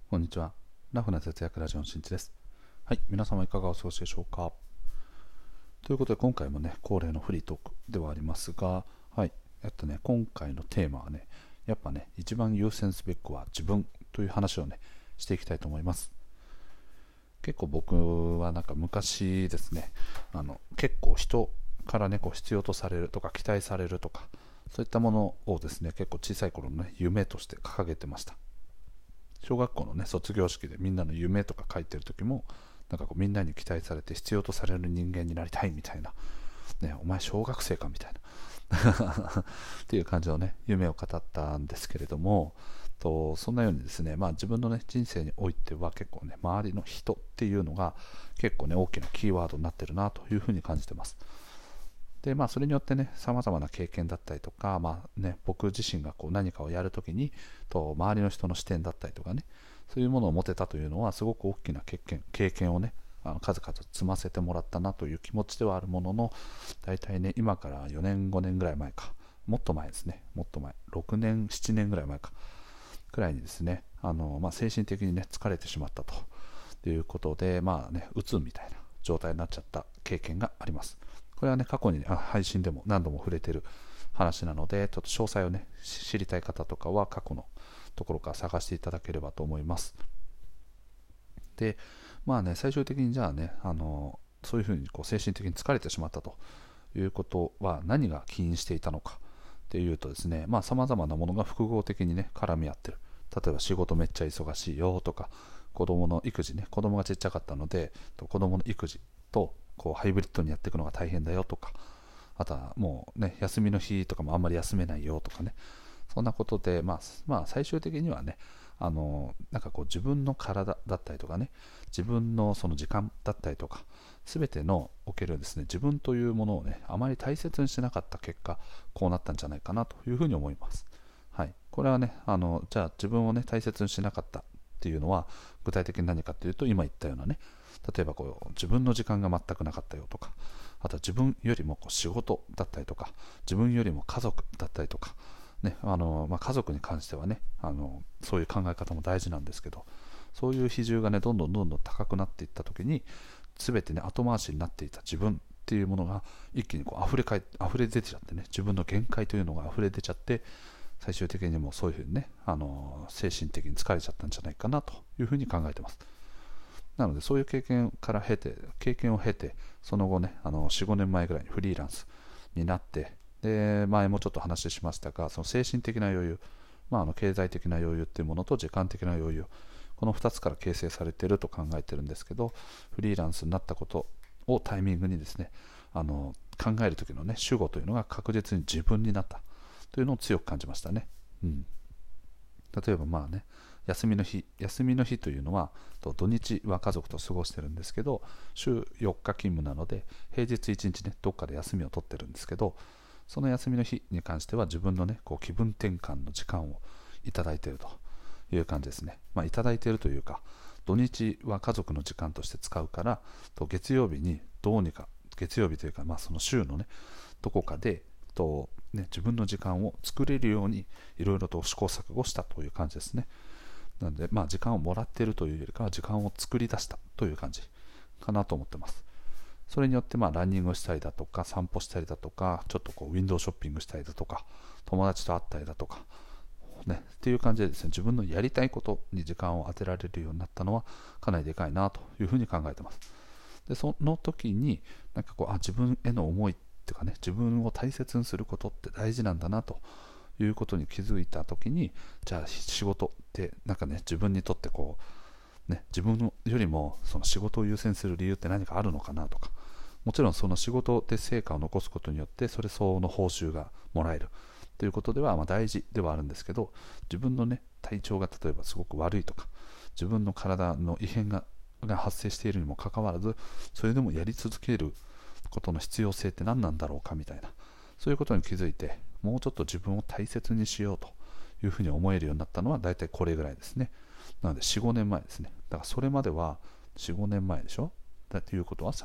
こんにちは。ラフな節約ラジオのしんちです。はい、皆様いかがお過ごしでしょうか。ということで今回もね、恒例のフリートークではありますが、はい、今回のテーマはね、やっぱね、一番優先すべきは自分という話をね、していきたいと思います。結構僕はなんか昔ですね、結構人からね、必要とされるとか期待されるとか、そういったものをですね、結構小さい頃のね、夢として掲げてました。小学校のね卒業式でみんなの夢とか書いてる時もなんかみんなに期待されて必要とされる人間になりたいみたいな、ね、お前小学生かみたいなっていう感じのね夢を語ったんですけれども、そんなようにですね、自分のね人生においては結構ね周りの人っていうのが結構ね大きなキーワードになってるなというふうに感じてます。でそれによってねさまざまな経験だったりとか、僕自身が何かをやるときに周りの人の視点だったりとかね、そういうものを持てたというのはすごく大きな経験をね数々積ませてもらったなという気持ちではあるものの、大体ね今から4年5年ぐらい前か、もっと前ですね、もっと前6年7年ぐらい前かくらいにですね精神的にね疲れてしまったということでうつみたいな状態になっちゃった経験があります。これはね過去に配信でも何度も触れてる話なので、ちょっと詳細をね知りたい方とかは過去のところから探していただければと思います。で最終的にじゃあねそういうふうに精神的に疲れてしまったということは何が起因していたのかっていうとですね、さまざまなものが複合的にね絡み合ってる。例えば仕事めっちゃ忙しいよとか、子供の育児ね、子供がちっちゃかったので子供の育児とハイブリッドにやっていくのが大変だよとか、あとはもうね休みの日とかもあんまり休めないよとかね、そんなことで最終的にはねなんか自分の体だったりとかね、自分のその時間だったりとか、全てのおけるですね自分というものをねあまり大切にしなかった結果こうなったんじゃないかなというふうに思います。はい、これはねじゃあ自分をね大切にしなかったっていうのは具体的に何かというと、今言ったようなね、例えば自分の時間が全くなかったよとか、あとは自分よりも仕事だったりとか、自分よりも家族だったりとか、ね家族に関してはねそういう考え方も大事なんですけど、そういう比重がねどんどん高くなっていった時に、全てね後回しになっていた自分っていうものが一気に溢れ出ちゃってね、自分の限界というのが溢れ出ちゃって、最終的にもうそういうふうにね精神的に疲れちゃったんじゃないかなというふうに考えてます。なのでそういう経験を経て、その後ね4、5年前ぐらいにフリーランスになって、で前もちょっと話しましたが、その精神的な余裕、経済的な余裕っていうものと時間的な余裕、この2つから形成されていると考えてるんですけど、フリーランスになったことをタイミングにですね考える時のね主語というのが確実に自分になったというのを強く感じましたね。例えば休みの日というのは土日は家族と過ごしてるんですけど、週4日勤務なので平日1日ねどっかで休みを取ってるんですけど、その休みの日に関しては自分のね気分転換の時間をいただいているという感じですね。いただいているというか、土日は家族の時間として使うから、月曜日にどうにか、月曜日というか、その週のねどこかで自分の時間を作れるようにいろいろと試行錯誤したという感じですね。なので時間をもらっているというよりかは時間を作り出したという感じかなと思ってます。それによってランニングしたりだとか、散歩したりだとか、ちょっとウィンドウショッピングしたりだとか、友達と会ったりだとかねっていう感じでですね、自分のやりたいことに時間を当てられるようになったのはかなりでかいなというふうに考えてます。でその時になんか自分への思いっていうかね、自分を大切にすることって大事なんだなということに気づいた時に、じゃあ仕事ってなんかね自分にとって自分よりもその仕事を優先する理由って何かあるのかなとか、もちろんその仕事で成果を残すことによってそれ相応の報酬がもらえるということでは大事ではあるんですけど、自分のね体調が例えばすごく悪いとか、自分の体の異変が発生しているにもかかわらず、それでもやり続けることの必要性って何なんだろうかみたいな、そういうことに気づいて、もうちょっと自分を大切にしようというふうに思えるようになったのは大体これぐらいですね。なので4、5年前ですね。だからそれまでは4、5年前でしょ。だということは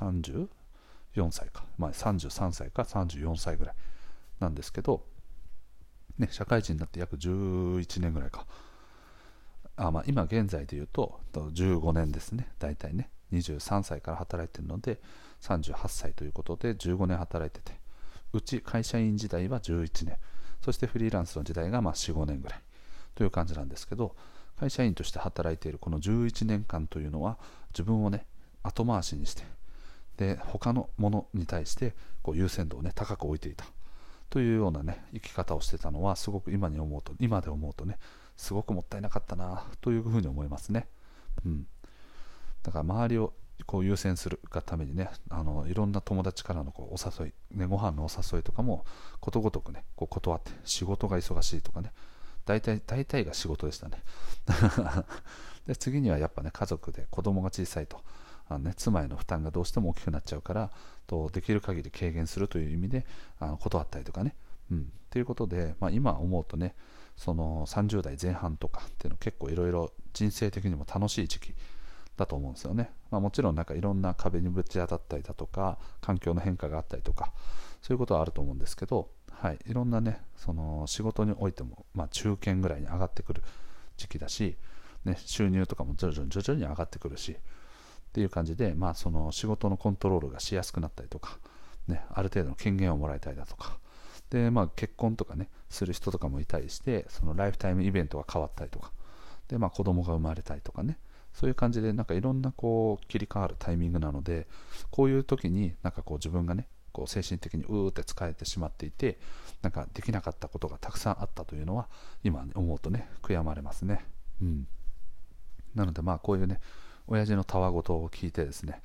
34歳か、33歳か34歳ぐらいなんですけど、社会人になって約11年ぐらいか。 今現在で言うと15年ですね。大体ね、23歳から働いてるので38歳ということで15年働いてて、うち会社員時代は11年、そしてフリーランスの時代が4、5年ぐらいという感じなんですけど、会社員として働いているこの11年間というのは、自分をね後回しにして、で他のものに対してこう優先度をね高く置いていたというようなね生き方をしてたのは、すごく今で思うとね、すごくもったいなかったなというふうに思いますね。だから周りをこう優先するがためにね、いろんな友達からのこうお誘い、ね、ご飯のお誘いとかもことごとくねこう断って、仕事が忙しいとかね、大体が仕事でしたね。で次にはやっぱね、家族で子供が小さいと妻への負担がどうしても大きくなっちゃうから、できる限り軽減するという意味で断ったりとかね、ということで、今思うとね、その30代前半とかっていうの結構いろいろ人生的にも楽しい時期だと思うんですよね。もちろんなんかいろんな壁にぶち当たったりだとか、環境の変化があったりとか、そういうことはあると思うんですけど、いろんなね、その仕事においても、中堅ぐらいに上がってくる時期だし、ね、収入とかも徐々に上がってくるしっていう感じで、その仕事のコントロールがしやすくなったりとか、ね、ある程度の権限をもらえたりだとかで、結婚とかねする人とかもいたりして、そのライフタイムイベントが変わったりとかで、子供が生まれたりとかね、そういう感じでなんかいろんなこう切り替わるタイミングなので、こういう時になんかこう自分がねこう精神的にって疲れてしまっていて、なんかできなかったことがたくさんあったというのは今、思うとね悔やまれますね。なのでこういうね親父のたわごとを聞いてですね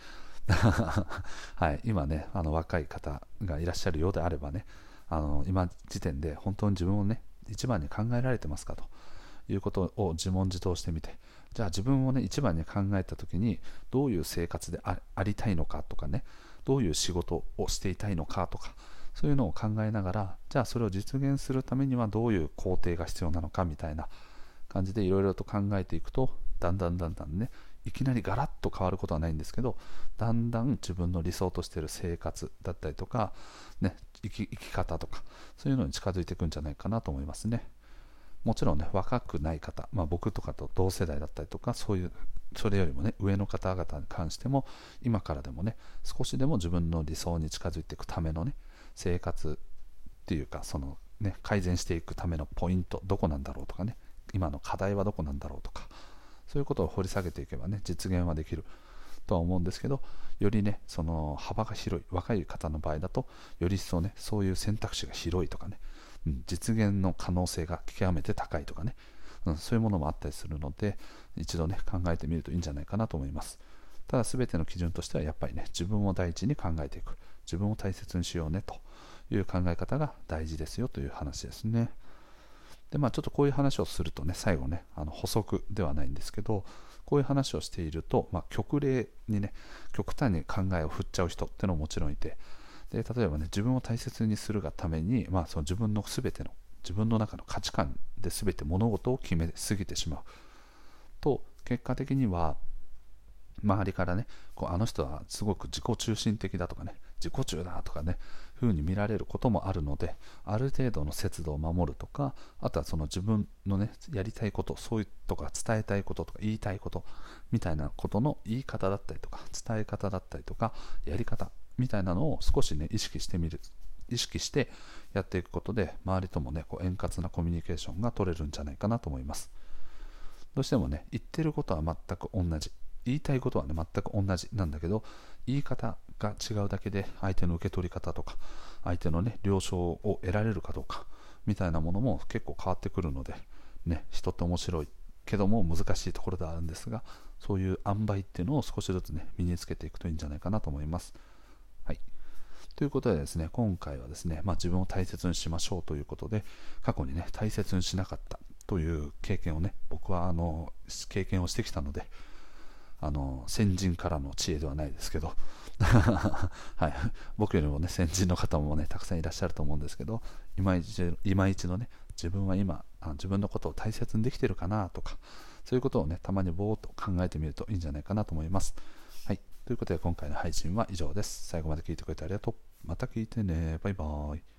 今ね若い方がいらっしゃるようであればね、今時点で本当に自分をね一番に考えられてますかということを自問自答してみて、じゃあ自分をね一番に考えた時にどういう生活で ありたいのかとかね、どういう仕事をしていたいのかとか、そういうのを考えながら、じゃあそれを実現するためにはどういう工程が必要なのかみたいな感じでいろいろと考えていくと、だんだんね、いきなりガラッと変わることはないんですけど、だんだん自分の理想としている生活だったりとか、ね、生き方とか、そういうのに近づいていくんじゃないかなと思いますね。もちろんね、若くない方、僕とかと同世代だったりとか、それよりもね上の方々に関しても、今からでもね少しでも自分の理想に近づいていくためのね生活っていうか、そのね改善していくためのポイントどこなんだろうとかね、今の課題はどこなんだろうとか、そういうことを掘り下げていけばね実現はできるとは思うんですけど、よりねその幅が広い若い方の場合だと、より一層ねそういう選択肢が広いとかね、実現の可能性が極めて高いとかね、そういうものもあったりするので、一度ね考えてみるといいんじゃないかなと思います。ただ全ての基準としてはやっぱりね、自分を第一に考えていく、自分を大切にしようねという考え方が大事ですよという話ですね。でちょっとこういう話をするとね、最後ね補足ではないんですけど、こういう話をしていると、極例にね極端に考えを振っちゃう人ってのももちろんいて、で例えばね自分を大切にするがために、その自分の全ての自分の中の価値観で全て物事を決めすぎてしまうと、結果的には周りからねあの人はすごく自己中心的だとかね、自己中だとかね風に見られることもあるので、ある程度の節度を守るとか、あとはその自分のねやりたいこと、そういうとか伝えたいこととか言いたいことみたいなことの言い方だったりとか、伝え方だったりとか、やり方みたいなのを少しね意識してやっていくことで、周りともね円滑なコミュニケーションが取れるんじゃないかなと思います。どうしてもね言ってることは全く同じ、言いたいことはね全く同じなんだけど、言い方が違うだけで相手の受け取り方とか、相手のね了承を得られるかどうかみたいなものも結構変わってくるのでね、人って面白いけども難しいところではあるんですが、そういう塩梅っていうのを少しずつね身につけていくといいんじゃないかなと思います。はい、ということでですね、今回はですね、自分を大切にしましょうということで、過去にね大切にしなかったという経験をね、僕は経験をしてきたので、先人からの知恵ではないですけどはい、僕よりもね先人の方もねたくさんいらっしゃると思うんですけど、今一度ね自分は今自分のことを大切にできてるかなとか、そういうことをねたまにぼーっと考えてみるといいんじゃないかなと思います。はい、ということで今回の配信は以上です。最後まで聞いてくれてありがとう。また聞いてね。バイバーイ。